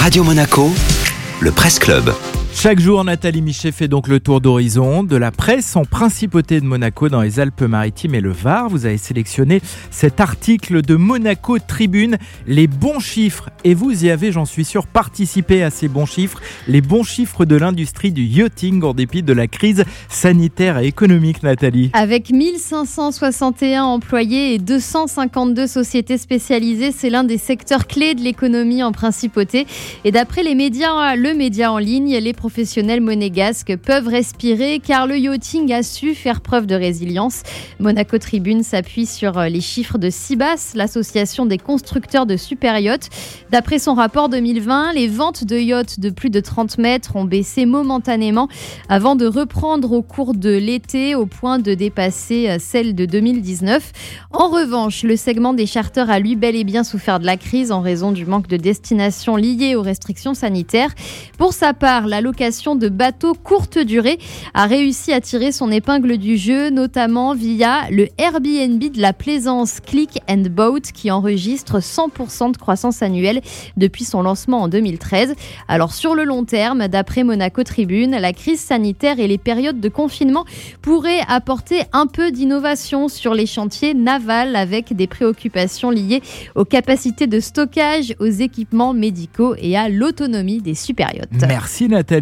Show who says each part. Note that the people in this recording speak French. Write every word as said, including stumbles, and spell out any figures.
Speaker 1: Radio Monaco, le Presse Club.
Speaker 2: Chaque jour, Nathalie Michet fait donc le tour d'horizon de la presse en principauté de Monaco dans les Alpes-Maritimes et le Var. Vous avez sélectionné cet article de Monaco Tribune, les bons chiffres. Et vous y avez, j'en suis sûr, participé à ces bons chiffres. Les bons chiffres de l'industrie du yachting en dépit de la crise sanitaire et économique, Nathalie.
Speaker 3: Avec mille cinq cent soixante et un employés et deux cent cinquante-deux sociétés spécialisées, c'est l'un des secteurs clés de l'économie en principauté. Et d'après les médias, le média en ligne, les professionnels monégasques peuvent respirer car le yachting a su faire preuve de résilience. Monaco Tribune s'appuie sur les chiffres de Cibas, l'association des constructeurs de super yachts. D'après son rapport deux mille vingt, les ventes de yachts de plus de trente mètres ont baissé momentanément avant de reprendre au cours de l'été au point de dépasser celles de deux mille dix-neuf. En revanche, le segment des charters a lui bel et bien souffert de la crise en raison du manque de destinations liées aux restrictions sanitaires. Pour sa part, la location de bateaux courte durée a réussi à tirer son épingle du jeu, notamment via le Airbnb de la plaisance Click and Boat qui enregistre cent pour cent de croissance annuelle depuis son lancement en deux mille treize. Alors sur le long terme, d'après Monaco Tribune, la crise sanitaire et les périodes de confinement pourraient apporter un peu d'innovation sur les chantiers navals avec des préoccupations liées aux capacités de stockage, aux équipements médicaux et à l'autonomie des super yachts.
Speaker 2: Merci Nathalie.